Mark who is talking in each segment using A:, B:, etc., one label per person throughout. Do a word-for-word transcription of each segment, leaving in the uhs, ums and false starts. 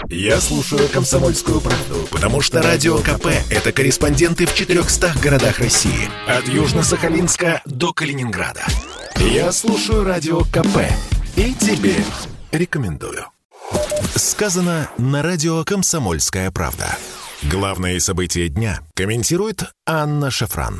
A: Я слушаю «Комсомольскую правду», потому что Радио КП – это корреспонденты в четырехстах городах России. От Южно-Сахалинска до Калининграда. Я слушаю Радио КП и тебе рекомендую. Сказано на радио «Комсомольская правда». Главные события дня комментирует Анна Шафран.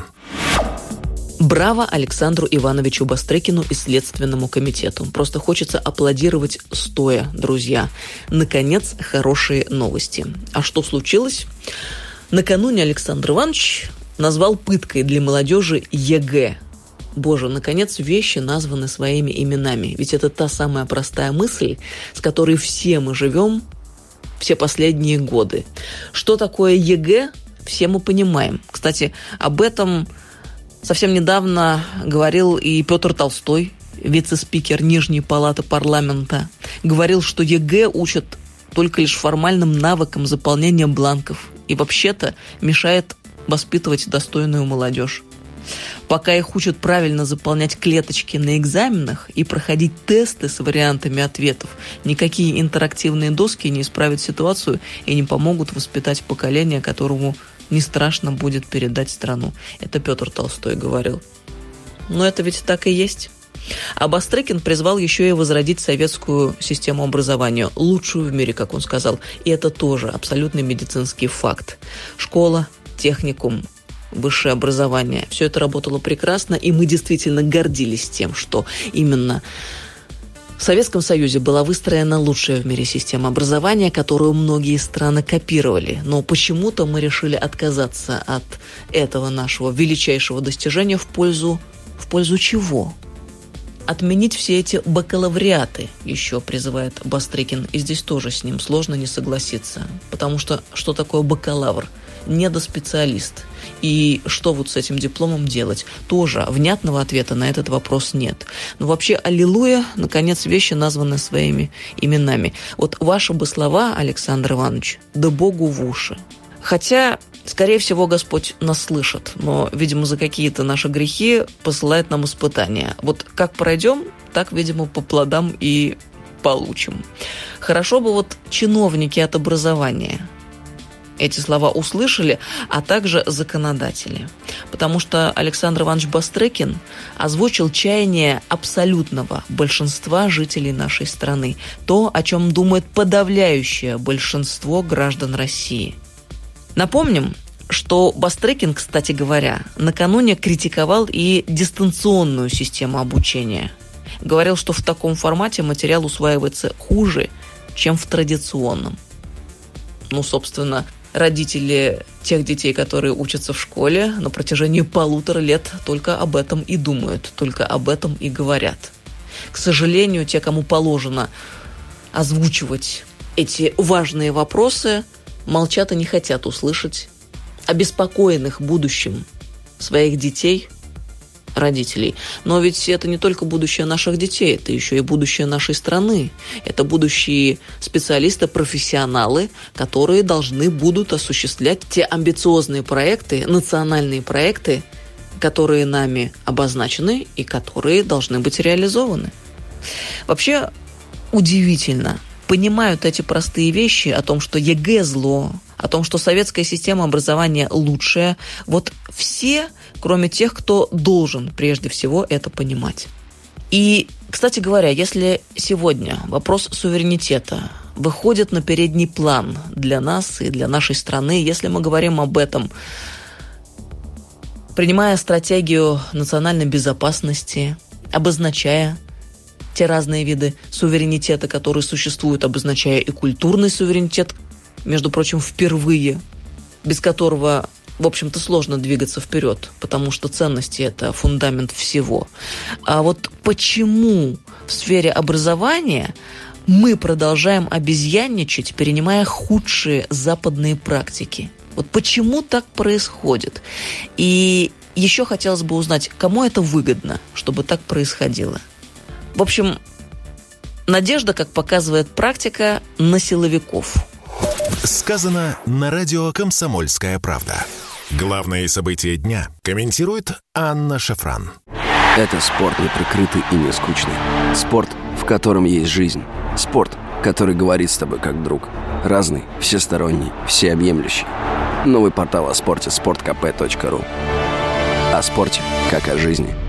B: Браво Александру Ивановичу Бастрыкину и Следственному комитету. Просто хочется аплодировать стоя, друзья. Наконец, хорошие новости. А что случилось? Накануне Александр Иванович назвал пыткой для молодежи ЕГЭ. Боже, наконец, вещи названы своими именами. Ведь это та самая простая мысль, с которой все мы живем все последние годы. Что такое ЕГЭ, все мы понимаем. Кстати, об этом совсем недавно говорил и Петр Толстой, вице-спикер Нижней палаты парламента. Говорил, что ЕГЭ учат только лишь формальным навыкам заполнения бланков и вообще-то мешает воспитывать достойную молодежь. Пока их учат правильно заполнять клеточки на экзаменах и проходить тесты с вариантами ответов, никакие интерактивные доски не исправят ситуацию и не помогут воспитать поколение, которому не страшно будет передать страну. Это Петр Толстой говорил. Но это ведь так и есть. А Бастрыкин призвал еще и возродить советскую систему образования, лучшую в мире, как он сказал. И это тоже абсолютный медицинский факт. Школа, техникум, высшее образование. Все это работало прекрасно, и мы действительно гордились тем, что именно в Советском Союзе была выстроена лучшая в мире система образования, которую многие страны копировали. Но почему-то мы решили отказаться от этого нашего величайшего достижения в пользу, в пользу чего? Отменить все эти бакалавриаты, еще призывает Бастрыкин. И здесь тоже с ним сложно не согласиться. Потому что что такое бакалавр? Недоспециалист. И что вот с этим дипломом делать? Тоже внятного ответа на этот вопрос нет. Но вообще, аллилуйя, наконец, вещи названы своими именами. Вот ваши бы слова, Александр Иванович, да Богу в уши. Хотя, скорее всего, Господь нас слышит, но, видимо, за какие-то наши грехи посылает нам испытания. Вот как пройдем, так, видимо, по плодам и получим. Хорошо бы вот чиновники от образования эти слова услышали, а также законодатели. Потому что Александр Иванович Бастрыкин озвучил чаяние абсолютного большинства жителей нашей страны. То, о чем думает подавляющее большинство граждан России. Напомним, что Бастрыкин, кстати говоря, накануне критиковал и дистанционную систему обучения. Говорил, что в таком формате материал усваивается хуже, чем в традиционном. Ну, собственно, родители тех детей, которые учатся в школе, на протяжении полутора лет только об этом и думают, только об этом и говорят. К сожалению, те, кому положено озвучивать эти важные вопросы, молчат и не хотят услышать обеспокоенных будущим своих детей, родителей. Но ведь это не только будущее наших детей, это еще и будущее нашей страны. Это будущие специалисты, профессионалы, которые должны будут осуществлять те амбициозные проекты, национальные проекты, которые нами обозначены и которые должны быть реализованы. Вообще удивительно, понимают эти простые вещи о том, что ЕГЭ зло, о том, что советская система образования лучшая. Вот все, кроме тех, кто должен прежде всего это понимать. И, кстати говоря, если сегодня вопрос суверенитета выходит на передний план для нас и для нашей страны, если мы говорим об этом, принимая стратегию национальной безопасности, обозначая те разные виды суверенитета, которые существуют, обозначая и культурный суверенитет, между прочим, впервые, без которого, в общем-то, сложно двигаться вперед, потому что ценности – это фундамент всего. А вот почему в сфере образования мы продолжаем обезьянничать, перенимая худшие западные практики? Вот почему так происходит? И еще хотелось бы узнать, кому это выгодно, чтобы так происходило. В общем, надежда, как показывает практика, на силовиков.
A: Сказано на радио «Комсомольская правда». Главные события дня комментирует Анна Шафран.
C: Это спорт неприкрытый и не скучный. Спорт, в котором есть жизнь. Спорт, который говорит с тобой как друг. Разный, всесторонний, всеобъемлющий. Новый портал о спорте – спорт кэ пэ точка ру. О спорте, как о жизни.